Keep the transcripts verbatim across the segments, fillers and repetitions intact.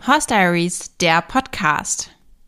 Horse Diaries, der Podcast.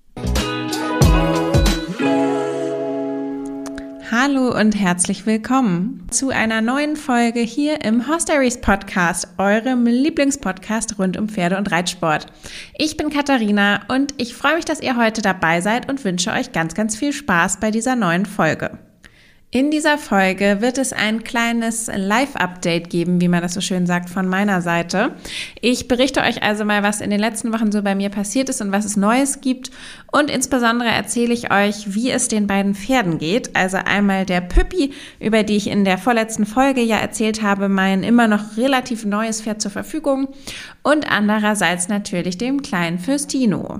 Hallo und herzlich willkommen zu einer neuen Folge hier im Horse Diaries Podcast, eurem Lieblingspodcast rund um Pferde- und Reitsport. Ich bin Katharina und ich freue mich, dass ihr heute dabei seid und wünsche euch ganz, ganz viel Spaß bei dieser neuen Folge. In dieser Folge wird es ein kleines Live-Update geben, wie man das so schön sagt, von meiner Seite. Ich berichte euch also mal, was in den letzten Wochen so bei mir passiert ist und was es Neues gibt. Und insbesondere erzähle ich euch, wie es den beiden Pferden geht. Also einmal der Püppi, über die ich in der vorletzten Folge ja erzählt habe, mein immer noch relativ neues Pferd zur Verfügung. Und andererseits natürlich dem kleinen Fürstino.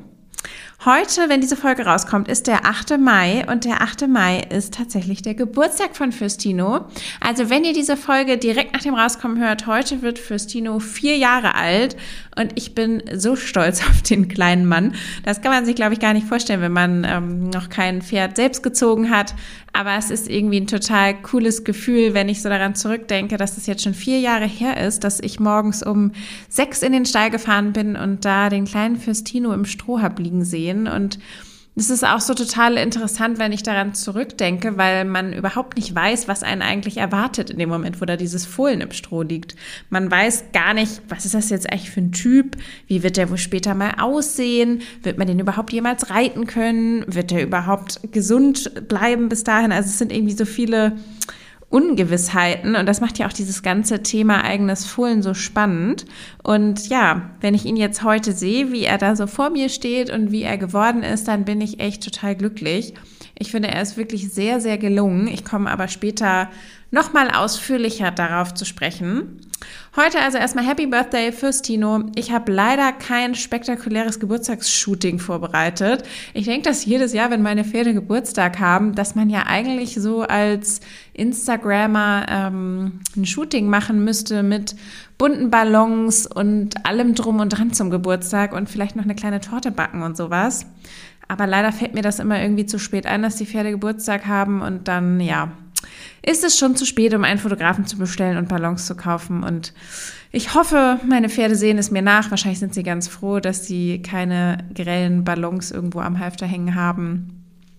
Heute, wenn diese Folge rauskommt, ist der achte Mai und der achte Mai ist tatsächlich der Geburtstag von Fürstino. Also wenn ihr diese Folge direkt nach dem Rauskommen hört, heute wird Fürstino vier Jahre alt und ich bin so stolz auf den kleinen Mann. Das kann man sich, glaube ich, gar nicht vorstellen, wenn man ähm, noch kein Pferd selbst gezogen hat. Aber es ist irgendwie ein total cooles Gefühl, wenn ich so daran zurückdenke, dass es jetzt schon vier Jahre her ist, dass ich morgens um sechs in den Stall gefahren bin und da den kleinen Fürstino im Stroh hab liegen sehen. Und es ist auch so total interessant, wenn ich daran zurückdenke, weil man überhaupt nicht weiß, was einen eigentlich erwartet in dem Moment, wo da dieses Fohlen im Stroh liegt. Man weiß gar nicht, was ist das jetzt eigentlich für ein Typ? Wie wird der wohl später mal aussehen? Wird man den überhaupt jemals reiten können? Wird der überhaupt gesund bleiben bis dahin? Also es sind irgendwie so viele Ungewissheiten und das macht ja auch dieses ganze Thema eigenes Fohlen so spannend. Und ja, wenn ich ihn jetzt heute sehe, wie er da so vor mir steht und wie er geworden ist, dann bin ich echt total glücklich. Ich finde, er ist wirklich sehr, sehr gelungen. Ich komme aber später nochmal ausführlicher darauf zu sprechen. Heute also erstmal Happy Birthday Fürstino. Ich habe leider kein spektakuläres Geburtstagsshooting vorbereitet. Ich denke, dass jedes Jahr, wenn meine Pferde Geburtstag haben, dass man ja eigentlich so als Instagrammer ähm, ein Shooting machen müsste mit bunten Ballons und allem drum und dran zum Geburtstag und vielleicht noch eine kleine Torte backen und sowas. Aber leider fällt mir das immer irgendwie zu spät ein, dass die Pferde Geburtstag haben und dann, ja, ist es schon zu spät, um einen Fotografen zu bestellen und Ballons zu kaufen. Und ich hoffe, meine Pferde sehen es mir nach. Wahrscheinlich sind sie ganz froh, dass sie keine grellen Ballons irgendwo am Halfter hängen haben.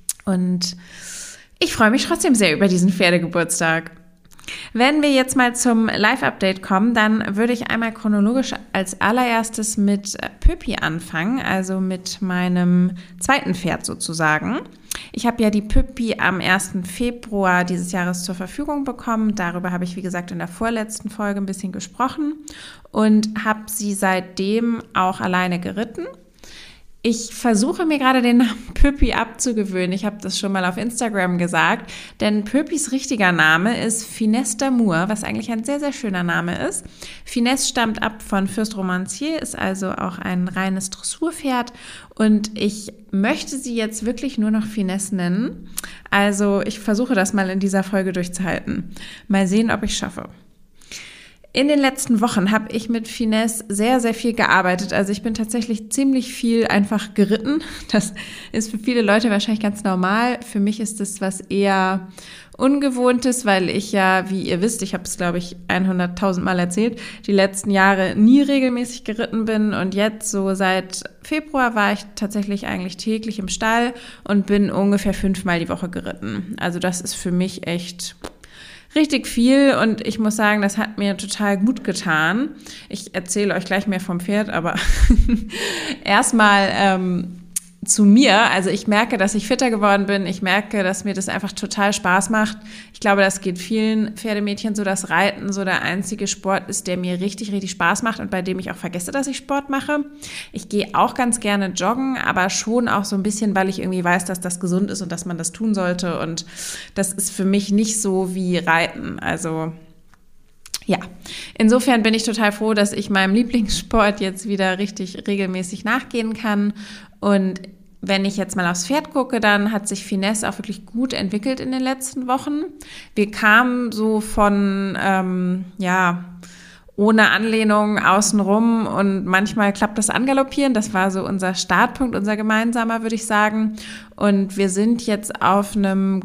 Und ich freue mich trotzdem sehr über diesen Pferdegeburtstag. Wenn wir jetzt mal zum Live-Update kommen, dann würde ich einmal chronologisch als allererstes mit Püppi anfangen, also mit meinem zweiten Pferd sozusagen. Ich habe ja die Püppi am ersten Februar dieses Jahres zur Verfügung bekommen. Darüber habe ich, wie gesagt, in der vorletzten Folge ein bisschen gesprochen und habe sie seitdem auch alleine geritten. Ich versuche mir gerade den Namen Püppi abzugewöhnen. Ich habe das schon mal auf Instagram gesagt, denn Püppis richtiger Name ist Finesse d'Amour, was eigentlich ein sehr, sehr schöner Name ist. Finesse stammt ab von Fürst Romancier, ist also auch ein reines Dressurpferd und ich möchte sie jetzt wirklich nur noch Finesse nennen. Also ich versuche das mal in dieser Folge durchzuhalten. Mal sehen, ob ich es schaffe. In den letzten Wochen habe ich mit Finesse sehr, sehr viel gearbeitet. Also ich bin tatsächlich ziemlich viel einfach geritten. Das ist für viele Leute wahrscheinlich ganz normal. Für mich ist das was eher Ungewohntes, weil ich ja, wie ihr wisst, ich habe es, glaube ich, hunderttausend Mal erzählt, die letzten Jahre nie regelmäßig geritten bin. Und jetzt so seit Februar war ich tatsächlich eigentlich täglich im Stall und bin ungefähr fünfmal die Woche geritten. Also das ist für mich echt richtig viel und ich muss sagen, das hat mir total gut getan. Ich erzähle euch gleich mehr vom Pferd, aber erstmal ähm, zu mir. Also ich merke, dass ich fitter geworden bin. Ich merke, dass mir das einfach total Spaß macht. Ich glaube, das geht vielen Pferdemädchen so, dass Reiten so der einzige Sport ist, der mir richtig, richtig Spaß macht und bei dem ich auch vergesse, dass ich Sport mache. Ich gehe auch ganz gerne joggen, aber schon auch so ein bisschen, weil ich irgendwie weiß, dass das gesund ist und dass man das tun sollte. Und das ist für mich nicht so wie Reiten. Also ja, insofern bin ich total froh, dass ich meinem Lieblingssport jetzt wieder richtig regelmäßig nachgehen kann. Und wenn ich jetzt mal aufs Pferd gucke, dann hat sich Finesse auch wirklich gut entwickelt in den letzten Wochen. Wir kamen so von, ähm, ja, ohne Anlehnung außenrum und manchmal klappt das Angaloppieren. Das war so unser Startpunkt, unser gemeinsamer, würde ich sagen. Und wir sind jetzt auf einem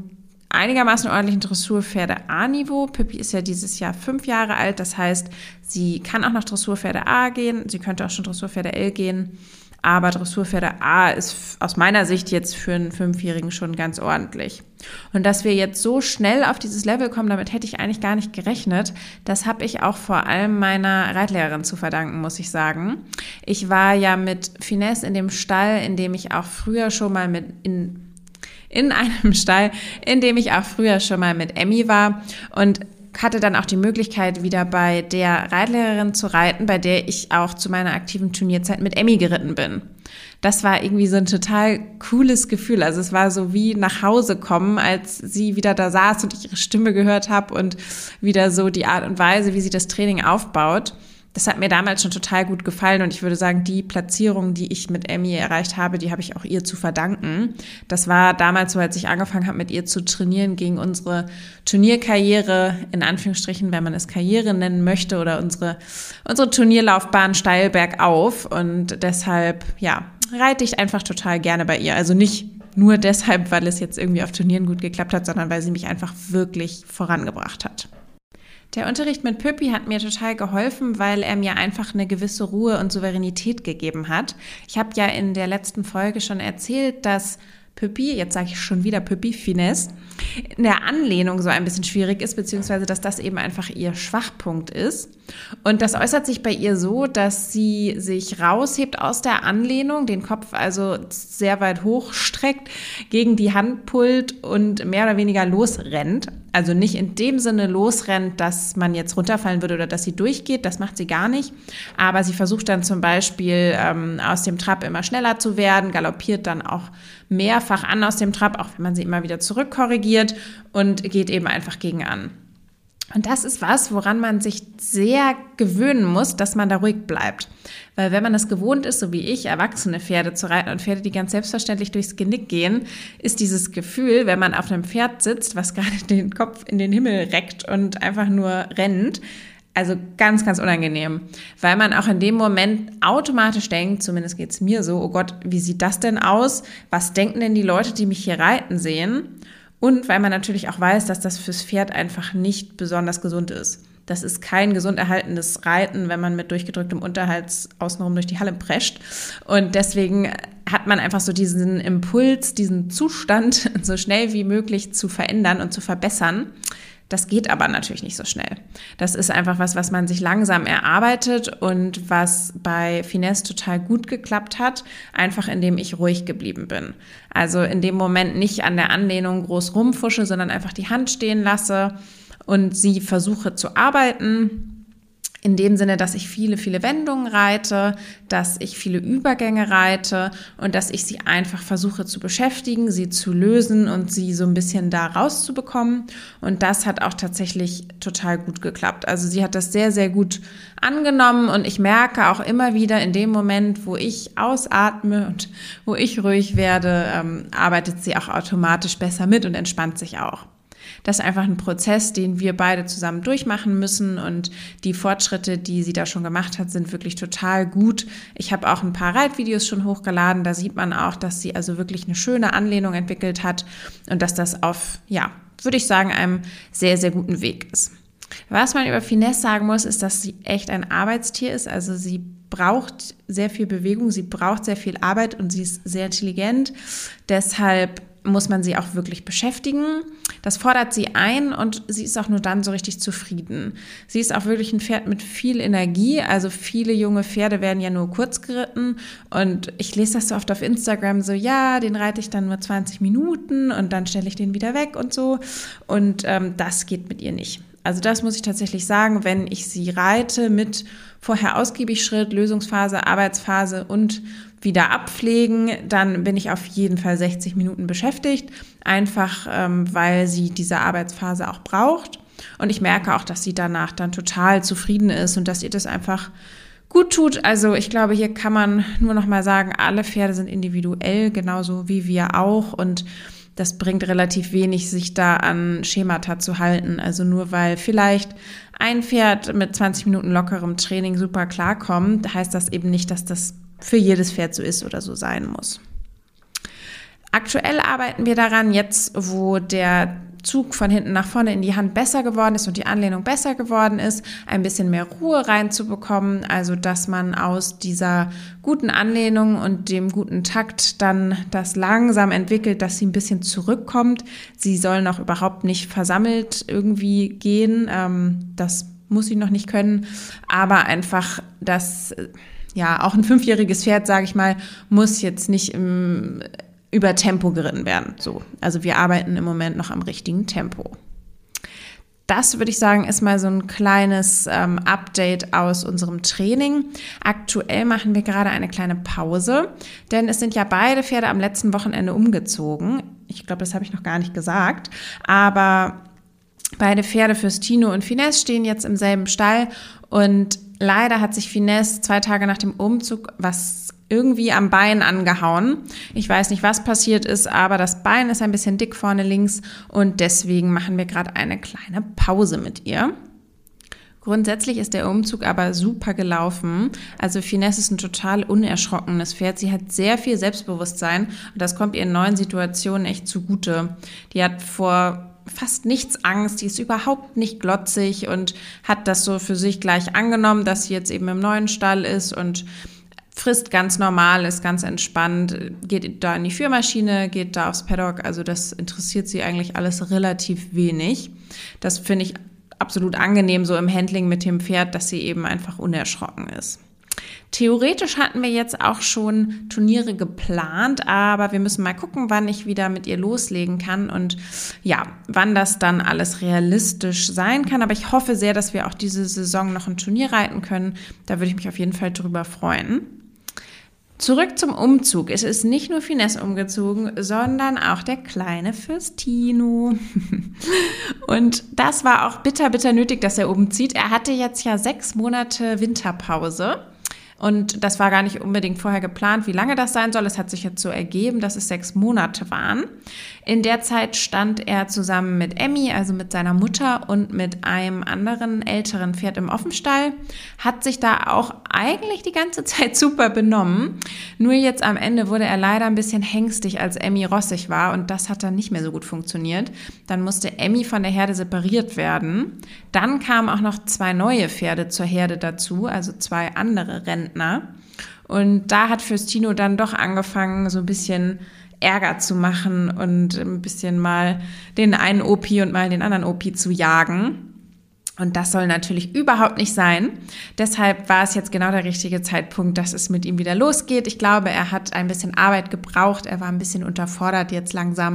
einigermaßen ordentlichen Dressurpferde A-Niveau. Püppi ist ja dieses Jahr fünf Jahre alt, das heißt, sie kann auch noch Dressurpferde A gehen, sie könnte auch schon Dressurpferde L gehen, aber Dressurpferde A ist aus meiner Sicht jetzt für einen Fünfjährigen schon ganz ordentlich. Und dass wir jetzt so schnell auf dieses Level kommen, damit hätte ich eigentlich gar nicht gerechnet. Das habe ich auch vor allem meiner Reitlehrerin zu verdanken, muss ich sagen. Ich war ja mit Finesse in dem Stall, in dem ich auch früher schon mal mit in in einem Stall, in dem ich auch früher schon mal mit Emmy war und hatte dann auch die Möglichkeit, wieder bei der Reitlehrerin zu reiten, bei der ich auch zu meiner aktiven Turnierzeit mit Emmy geritten bin. Das war irgendwie so ein total cooles Gefühl. Also es war so wie nach Hause kommen, als sie wieder da saß und ich ihre Stimme gehört habe und wieder so die Art und Weise, wie sie das Training aufbaut. Das hat mir damals schon total gut gefallen und ich würde sagen, die Platzierung, die ich mit Emmy erreicht habe, die habe ich auch ihr zu verdanken. Das war damals so, als ich angefangen habe, mit ihr zu trainieren, ging unsere Turnierkarriere, in Anführungsstrichen, wenn man es Karriere nennen möchte, oder unsere, unsere Turnierlaufbahn steil bergauf und deshalb, ja, reite ich einfach total gerne bei ihr. Also nicht nur deshalb, weil es jetzt irgendwie auf Turnieren gut geklappt hat, sondern weil sie mich einfach wirklich vorangebracht hat. Der Unterricht mit Püppi hat mir total geholfen, weil er mir einfach eine gewisse Ruhe und Souveränität gegeben hat. Ich habe ja in der letzten Folge schon erzählt, dass Püppi, jetzt sage ich schon wieder Püppi, Finesse, in der Anlehnung so ein bisschen schwierig ist, beziehungsweise dass das eben einfach ihr Schwachpunkt ist. Und das äußert sich bei ihr so, dass sie sich raushebt aus der Anlehnung, den Kopf also sehr weit hoch streckt, gegen die Hand pullt und mehr oder weniger losrennt. Also nicht in dem Sinne losrennt, dass man jetzt runterfallen würde oder dass sie durchgeht, das macht sie gar nicht. Aber sie versucht dann zum Beispiel ähm, aus dem Trab immer schneller zu werden, galoppiert dann auch mehrfach an aus dem Trab, auch wenn man sie immer wieder zurückkorrigiert und geht eben einfach gegen an. Und das ist was, woran man sich sehr gewöhnen muss, dass man da ruhig bleibt. Weil wenn man es gewohnt ist, so wie ich, erwachsene Pferde zu reiten und Pferde, die ganz selbstverständlich durchs Genick gehen, ist dieses Gefühl, wenn man auf einem Pferd sitzt, was gerade den Kopf in den Himmel reckt und einfach nur rennt, also ganz, ganz unangenehm. Weil man auch in dem Moment automatisch denkt, zumindest geht es mir so, oh Gott, wie sieht das denn aus? Was denken denn die Leute, die mich hier reiten sehen? Und weil man natürlich auch weiß, dass das fürs Pferd einfach nicht besonders gesund ist. Das ist kein gesund erhaltenes Reiten, wenn man mit durchgedrücktem Unterhals außenrum durch die Halle prescht. Und deswegen hat man einfach so diesen Impuls, diesen Zustand so schnell wie möglich zu verändern und zu verbessern. Das geht aber natürlich nicht so schnell. Das ist einfach was, was man sich langsam erarbeitet und was bei Finesse total gut geklappt hat, einfach indem ich ruhig geblieben bin. Also in dem Moment nicht an der Anlehnung groß rumfusche, sondern einfach die Hand stehen lasse und sie versuche zu arbeiten. In dem Sinne, dass ich viele, viele Wendungen reite, dass ich viele Übergänge reite und dass ich sie einfach versuche zu beschäftigen, sie zu lösen und sie so ein bisschen da rauszubekommen. Und das hat auch tatsächlich total gut geklappt. Also sie hat das sehr, sehr gut angenommen und ich merke auch immer wieder in dem Moment, wo ich ausatme und wo ich ruhig werde, ähm, arbeitet sie auch automatisch besser mit und entspannt sich auch. Das ist einfach ein Prozess, den wir beide zusammen durchmachen müssen und die Fortschritte, die sie da schon gemacht hat, sind wirklich total gut. Ich habe auch ein paar Reitvideos schon hochgeladen, da sieht man auch, dass sie also wirklich eine schöne Anlehnung entwickelt hat und dass das auf, ja, würde ich sagen, einem sehr, sehr guten Weg ist. Was man über Finesse sagen muss, ist, dass sie echt ein Arbeitstier ist, also sie braucht sehr viel Bewegung, sie braucht sehr viel Arbeit und sie ist sehr intelligent, deshalb muss man sie auch wirklich beschäftigen. Das fordert sie ein und sie ist auch nur dann so richtig zufrieden. Sie ist auch wirklich ein Pferd mit viel Energie, also viele junge Pferde werden ja nur kurz geritten und ich lese das so oft auf Instagram so, ja, den reite ich dann nur zwanzig Minuten und dann stelle ich den wieder weg und so und ähm, das geht mit ihr nicht. Also das muss ich tatsächlich sagen, wenn ich sie reite mit vorher ausgiebig Schritt, Lösungsphase, Arbeitsphase und wieder abpflegen, dann bin ich auf jeden Fall sechzig Minuten beschäftigt, einfach ähm, weil sie diese Arbeitsphase auch braucht. Und ich merke auch, dass sie danach dann total zufrieden ist und dass ihr das einfach gut tut. Also ich glaube, hier kann man nur noch mal sagen, alle Pferde sind individuell, genauso wie wir auch und das bringt relativ wenig, sich da an Schemata zu halten. Also nur weil vielleicht ein Pferd mit zwanzig Minuten lockerem Training super klarkommt, heißt das eben nicht, dass das für jedes Pferd so ist oder so sein muss. Aktuell arbeiten wir daran, jetzt wo der Zug von hinten nach vorne in die Hand besser geworden ist und die Anlehnung besser geworden ist, ein bisschen mehr Ruhe reinzubekommen, also dass man aus dieser guten Anlehnung und dem guten Takt dann das langsam entwickelt, dass sie ein bisschen zurückkommt. Sie soll noch überhaupt nicht versammelt irgendwie gehen, ähm, das muss sie noch nicht können, aber einfach, dass ja auch ein fünfjähriges Pferd, sage ich mal, muss jetzt nicht im über Tempo geritten werden. So, also wir arbeiten im Moment noch am richtigen Tempo. Das würde ich sagen, ist mal so ein kleines ähm, Update aus unserem Training. Aktuell machen wir gerade eine kleine Pause, denn es sind ja beide Pferde am letzten Wochenende umgezogen. Ich glaube, das habe ich noch gar nicht gesagt, aber beide Pferde Fürstino und Finesse stehen jetzt im selben Stall und leider hat sich Finesse zwei Tage nach dem Umzug was irgendwie am Bein angehauen. Ich weiß nicht, was passiert ist, aber das Bein ist ein bisschen dick vorne links und deswegen machen wir gerade eine kleine Pause mit ihr. Grundsätzlich ist der Umzug aber super gelaufen. Also Finesse ist ein total unerschrockenes Pferd. Sie hat sehr viel Selbstbewusstsein und das kommt ihr in neuen Situationen echt zugute. Die hat vor fast nichts Angst, die ist überhaupt nicht glotzig und hat das so für sich gleich angenommen, dass sie jetzt eben im neuen Stall ist und frisst ganz normal, ist ganz entspannt, geht da in die Führmaschine, geht da aufs Paddock, also das interessiert sie eigentlich alles relativ wenig. Das finde ich absolut angenehm so im Handling mit dem Pferd, dass sie eben einfach unerschrocken ist. Theoretisch hatten wir jetzt auch schon Turniere geplant, aber wir müssen mal gucken, wann ich wieder mit ihr loslegen kann und ja, wann das dann alles realistisch sein kann. Aber ich hoffe sehr, dass wir auch diese Saison noch ein Turnier reiten können. Da würde ich mich auf jeden Fall drüber freuen. Zurück zum Umzug. Es ist nicht nur Finesse umgezogen, sondern auch der kleine Fürstino. Und das war auch bitter, bitter nötig, dass er umzieht. Er hatte jetzt ja sechs Monate Winterpause. Und das war gar nicht unbedingt vorher geplant, wie lange das sein soll. Es hat sich jetzt so ergeben, dass es sechs Monate waren. In der Zeit stand er zusammen mit Emmy, also mit seiner Mutter und mit einem anderen älteren Pferd im Offenstall, hat sich da auch eigentlich die ganze Zeit super benommen. Nur jetzt am Ende wurde er leider ein bisschen hängstig, als Emmy rossig war und das hat dann nicht mehr so gut funktioniert. Dann musste Emmy von der Herde separiert werden. Dann kamen auch noch zwei neue Pferde zur Herde dazu, also zwei andere Rentner. Und da hat Fürstino dann doch angefangen, so ein bisschen Ärger zu machen und ein bisschen mal den einen Opi und mal den anderen Opi zu jagen. Und das soll natürlich überhaupt nicht sein. Deshalb war es jetzt genau der richtige Zeitpunkt, dass es mit ihm wieder losgeht. Ich glaube, er hat ein bisschen Arbeit gebraucht. Er war ein bisschen unterfordert jetzt langsam.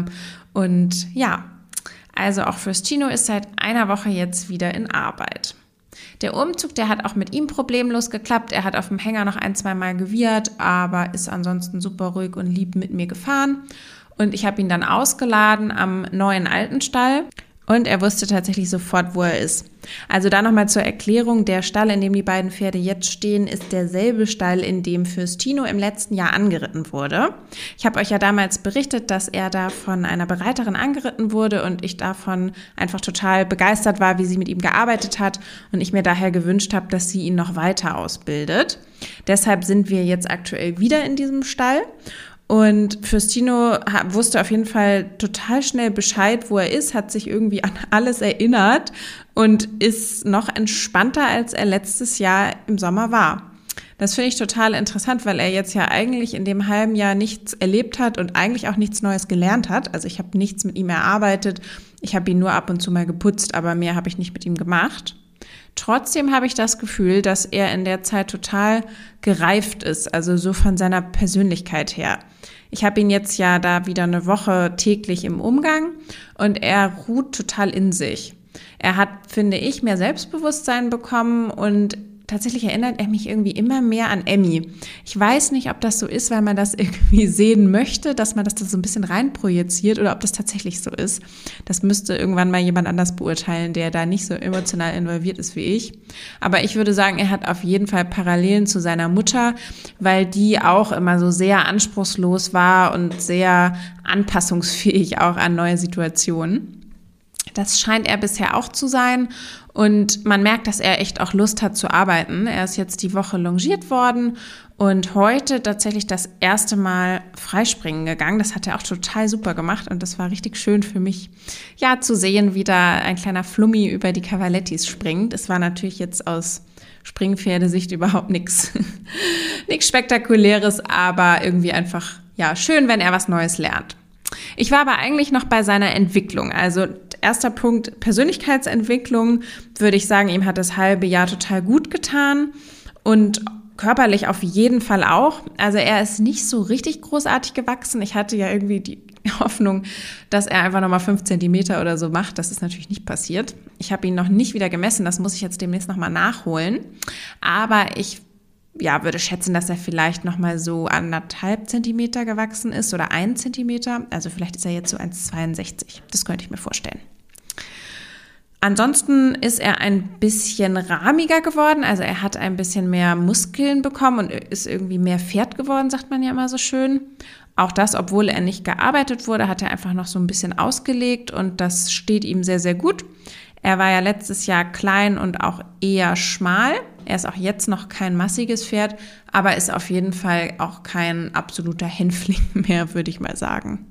Und ja, also auch Fürstino ist seit einer Woche jetzt wieder in Arbeit. Der Umzug, der hat auch mit ihm problemlos geklappt. Er hat auf dem Hänger noch ein, zwei Mal gewieert, aber ist ansonsten super ruhig und lieb mit mir gefahren. Und ich habe ihn dann ausgeladen am neuen alten Stall. Und er wusste tatsächlich sofort, wo er ist. Also da nochmal zur Erklärung, der Stall, in dem die beiden Pferde jetzt stehen, ist derselbe Stall, in dem Fürstino im letzten Jahr angeritten wurde. Ich habe euch ja damals berichtet, dass er da von einer Bereiterin angeritten wurde und ich davon einfach total begeistert war, wie sie mit ihm gearbeitet hat und ich mir daher gewünscht habe, dass sie ihn noch weiter ausbildet. Deshalb sind wir jetzt aktuell wieder in diesem Stall. Und Fürstino wusste auf jeden Fall total schnell Bescheid, wo er ist, hat sich irgendwie an alles erinnert und ist noch entspannter, als er letztes Jahr im Sommer war. Das finde ich total interessant, weil er jetzt ja eigentlich in dem halben Jahr nichts erlebt hat und eigentlich auch nichts Neues gelernt hat. Also ich habe nichts mit ihm erarbeitet, ich habe ihn nur ab und zu mal geputzt, aber mehr habe ich nicht mit ihm gemacht. Trotzdem habe ich das Gefühl, dass er in der Zeit total gereift ist, also so von seiner Persönlichkeit her. Ich habe ihn jetzt ja da wieder eine Woche täglich im Umgang und er ruht total in sich. Er hat, finde ich, mehr Selbstbewusstsein bekommen und tatsächlich erinnert er mich irgendwie immer mehr an Emmy. Ich weiß nicht, ob das so ist, weil man das irgendwie sehen möchte, dass man das da so ein bisschen reinprojiziert oder ob das tatsächlich so ist. Das müsste irgendwann mal jemand anders beurteilen, der da nicht so emotional involviert ist wie ich. Aber ich würde sagen, er hat auf jeden Fall Parallelen zu seiner Mutter, weil die auch immer so sehr anspruchslos war und sehr anpassungsfähig auch an neue Situationen. Das scheint er bisher auch zu sein und man merkt, dass er echt auch Lust hat zu arbeiten. Er ist jetzt die Woche longiert worden und heute tatsächlich das erste Mal Freispringen gegangen. Das hat er auch total super gemacht und das war richtig schön für mich, ja, zu sehen, wie da ein kleiner Flummi über die Cavalettis springt. Es war natürlich jetzt aus Springpferdesicht überhaupt nichts, nichts Spektakuläres, aber irgendwie einfach, ja, schön, wenn er was Neues lernt. Ich war aber eigentlich noch bei seiner Entwicklung. Also erster Punkt, Persönlichkeitsentwicklung, würde ich sagen, ihm hat das halbe Jahr total gut getan und körperlich auf jeden Fall auch. Also er ist nicht so richtig großartig gewachsen. Ich hatte ja irgendwie die Hoffnung, dass er einfach nochmal fünf Zentimeter oder so macht. Das ist natürlich nicht passiert. Ich habe ihn noch nicht wieder gemessen. Das muss ich jetzt demnächst nochmal nachholen. Aber ich ja, würde schätzen, dass er vielleicht nochmal so anderthalb Zentimeter gewachsen ist oder ein Zentimeter. Also vielleicht ist er jetzt so eins Komma zweiundsechzig. Das könnte ich mir vorstellen. Ansonsten ist er ein bisschen rahmiger geworden. Also er hat ein bisschen mehr Muskeln bekommen und ist irgendwie mehr Pferd geworden, sagt man ja immer so schön. Auch das, obwohl er nicht gearbeitet wurde, hat er einfach noch so ein bisschen ausgelegt und das steht ihm sehr, sehr gut. Er war ja letztes Jahr klein und auch eher schmal. Er ist auch jetzt noch kein massiges Pferd, aber ist auf jeden Fall auch kein absoluter Hänfling mehr, würde ich mal sagen.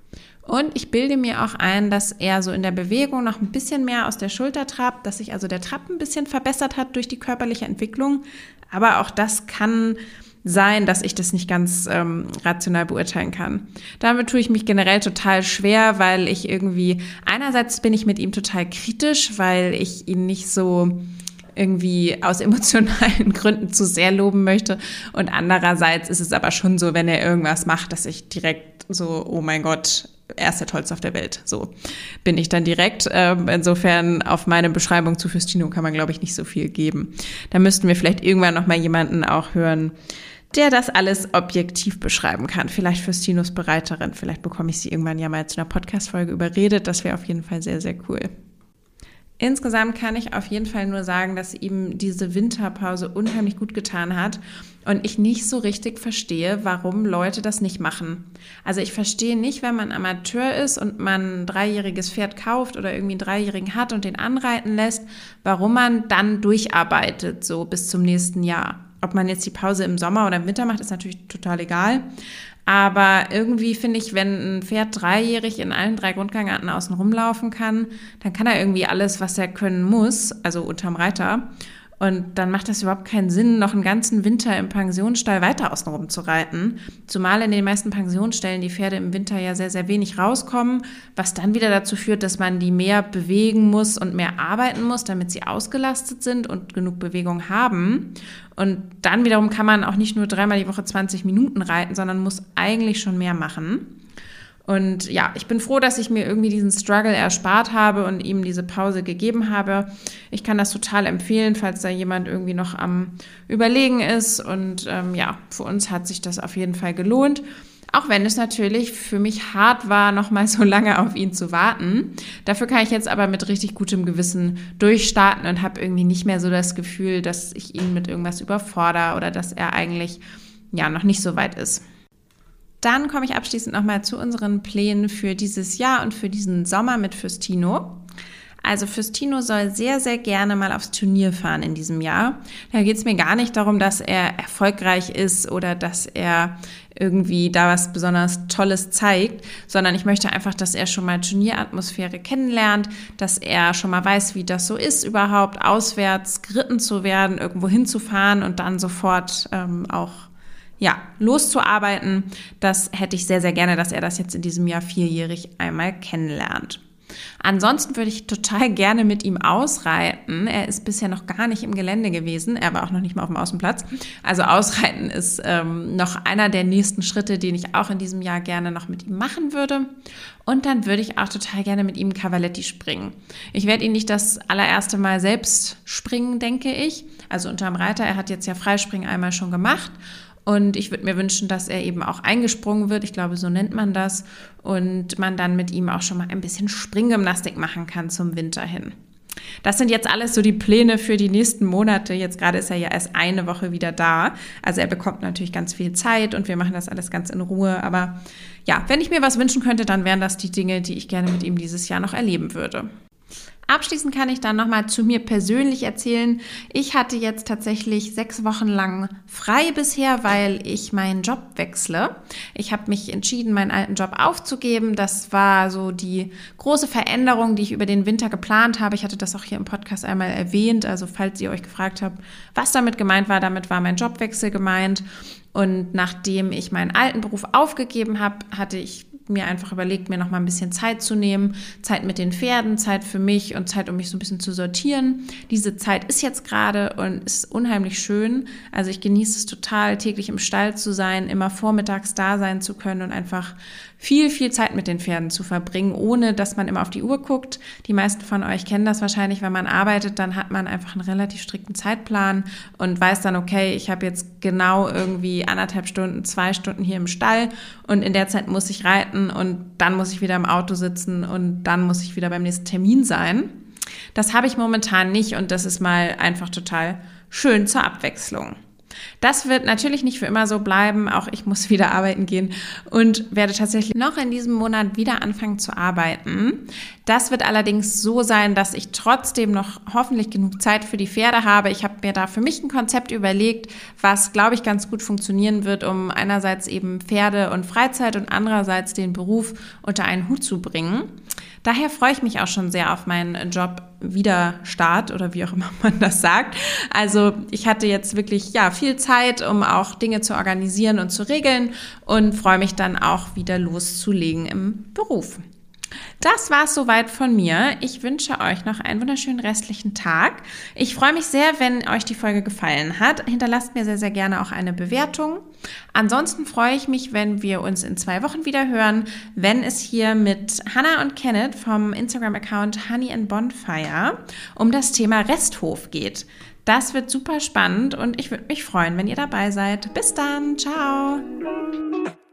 Und ich bilde mir auch ein, dass er so in der Bewegung noch ein bisschen mehr aus der Schulter trabt, dass sich also der Trab ein bisschen verbessert hat durch die körperliche Entwicklung. Aber auch das kann sein, dass ich das nicht ganz ähm, rational beurteilen kann. Damit tue ich mich generell total schwer, weil ich irgendwie, einerseits bin ich mit ihm total kritisch, weil ich ihn nicht so irgendwie aus emotionalen Gründen zu sehr loben möchte. Und andererseits ist es aber schon so, wenn er irgendwas macht, dass ich direkt so, oh mein Gott, er ist der Tollste auf der Welt. So bin ich dann direkt. Ähm, insofern auf meine Beschreibung zu Füstino kann man, glaube ich, nicht so viel geben. Da müssten wir vielleicht irgendwann noch mal jemanden auch hören, der das alles objektiv beschreiben kann. Vielleicht Füstinos Bereiterin. Vielleicht bekomme ich sie irgendwann ja mal zu einer Podcast-Folge überredet. Das wäre auf jeden Fall sehr, sehr cool. Insgesamt kann ich auf jeden Fall nur sagen, dass ihm diese Winterpause unheimlich gut getan hat und ich nicht so richtig verstehe, warum Leute das nicht machen. Also ich verstehe nicht, wenn man Amateur ist und man ein dreijähriges Pferd kauft oder irgendwie einen Dreijährigen hat und den anreiten lässt, warum man dann durcharbeitet, so bis zum nächsten Jahr. Ob man jetzt die Pause im Sommer oder im Winter macht, ist natürlich total egal. Aber irgendwie finde ich, wenn ein Pferd dreijährig in allen drei Grundgangarten außen rumlaufen kann, dann kann er irgendwie alles, was er können muss, also unterm Reiter. Und dann macht das überhaupt keinen Sinn, noch einen ganzen Winter im Pensionsstall weiter außen rum zu reiten. Zumal in den meisten Pensionsställen die Pferde im Winter ja sehr, sehr wenig rauskommen, was dann wieder dazu führt, dass man die mehr bewegen muss und mehr arbeiten muss, damit sie ausgelastet sind und genug Bewegung haben. Und dann wiederum kann man auch nicht nur dreimal die Woche zwanzig Minuten reiten, sondern muss eigentlich schon mehr machen. Und ja, ich bin froh, dass ich mir irgendwie diesen Struggle erspart habe und ihm diese Pause gegeben habe. Ich kann das total empfehlen, falls da jemand irgendwie noch am Überlegen ist. Und ähm, ja, für uns hat sich das auf jeden Fall gelohnt. Auch wenn es natürlich für mich hart war, noch mal so lange auf ihn zu warten. Dafür kann ich jetzt aber mit richtig gutem Gewissen durchstarten und habe irgendwie nicht mehr so das Gefühl, dass ich ihn mit irgendwas überfordere oder dass er eigentlich ja noch nicht so weit ist. Dann komme ich abschließend nochmal zu unseren Plänen für dieses Jahr und für diesen Sommer mit Füstino. Also Füstino soll sehr, sehr gerne mal aufs Turnier fahren in diesem Jahr. Da geht es mir gar nicht darum, dass er erfolgreich ist oder dass er irgendwie da was besonders Tolles zeigt, sondern ich möchte einfach, dass er schon mal Turnieratmosphäre kennenlernt, dass er schon mal weiß, wie das so ist, überhaupt auswärts geritten zu werden, irgendwo hinzufahren und dann sofort ähm, auch ja, loszuarbeiten. Das hätte ich sehr, sehr gerne, dass er das jetzt in diesem Jahr vierjährig einmal kennenlernt. Ansonsten würde ich total gerne mit ihm ausreiten. Er ist bisher noch gar nicht im Gelände gewesen. Er war auch noch nicht mal auf dem Außenplatz. Also ausreiten ist ähm, noch einer der nächsten Schritte, den ich auch in diesem Jahr gerne noch mit ihm machen würde. Und dann würde ich auch total gerne mit ihm Cavaletti springen. Ich werde ihn nicht das allererste Mal selbst springen, denke ich. Also unterm Reiter. Er hat jetzt ja Freispringen einmal schon gemacht. Und ich würde mir wünschen, dass er eben auch eingesprungen wird. Ich glaube, so nennt man das. Und man dann mit ihm auch schon mal ein bisschen Springgymnastik machen kann zum Winter hin. Das sind jetzt alles so die Pläne für die nächsten Monate. Jetzt gerade ist er ja erst eine Woche wieder da. Also er bekommt natürlich ganz viel Zeit und wir machen das alles ganz in Ruhe. Aber ja, wenn ich mir was wünschen könnte, dann wären das die Dinge, die ich gerne mit ihm dieses Jahr noch erleben würde. Abschließend kann ich dann nochmal zu mir persönlich erzählen. Ich hatte jetzt tatsächlich sechs Wochen lang frei bisher, weil ich meinen Job wechsle. Ich habe mich entschieden, meinen alten Job aufzugeben. Das war so die große Veränderung, die ich über den Winter geplant habe. Ich hatte das auch hier im Podcast einmal erwähnt. Also falls ihr euch gefragt habt, was damit gemeint war, damit war mein Jobwechsel gemeint. Und nachdem ich meinen alten Beruf aufgegeben habe, hatte ich mir einfach überlegt, mir noch mal ein bisschen Zeit zu nehmen, Zeit mit den Pferden, Zeit für mich und Zeit, um mich so ein bisschen zu sortieren. Diese Zeit ist jetzt gerade und ist unheimlich schön. Also ich genieße es total, täglich im Stall zu sein, immer vormittags da sein zu können und einfach viel, viel Zeit mit den Pferden zu verbringen, ohne dass man immer auf die Uhr guckt. Die meisten von euch kennen das wahrscheinlich, wenn man arbeitet, dann hat man einfach einen relativ strikten Zeitplan und weiß dann, okay, ich habe jetzt genau irgendwie anderthalb Stunden, zwei Stunden hier im Stall und in der Zeit muss ich reiten und dann muss ich wieder im Auto sitzen und dann muss ich wieder beim nächsten Termin sein. Das habe ich momentan nicht und das ist mal einfach total schön zur Abwechslung. Das wird natürlich nicht für immer so bleiben. Auch ich muss wieder arbeiten gehen und werde tatsächlich noch in diesem Monat wieder anfangen zu arbeiten. Das wird allerdings so sein, dass ich trotzdem noch hoffentlich genug Zeit für die Pferde habe. Ich habe mir da für mich ein Konzept überlegt, was, glaube ich, ganz gut funktionieren wird, um einerseits eben Pferde und Freizeit und andererseits den Beruf unter einen Hut zu bringen. Daher freue ich mich auch schon sehr auf meinen Job Wiederstart oder wie auch immer man das sagt. Also ich hatte jetzt wirklich ja viel Zeit, um auch Dinge zu organisieren und zu regeln und freue mich dann auch wieder loszulegen im Beruf. Das war's soweit von mir. Ich wünsche euch noch einen wunderschönen restlichen Tag. Ich freue mich sehr, wenn euch die Folge gefallen hat. Hinterlasst mir sehr, sehr gerne auch eine Bewertung. Ansonsten freue ich mich, wenn wir uns in zwei Wochen wieder hören, wenn es hier mit Hannah und Kenneth vom Instagram-Account Honey and Bonfire um das Thema Resthof geht. Das wird super spannend und ich würde mich freuen, wenn ihr dabei seid. Bis dann. Ciao.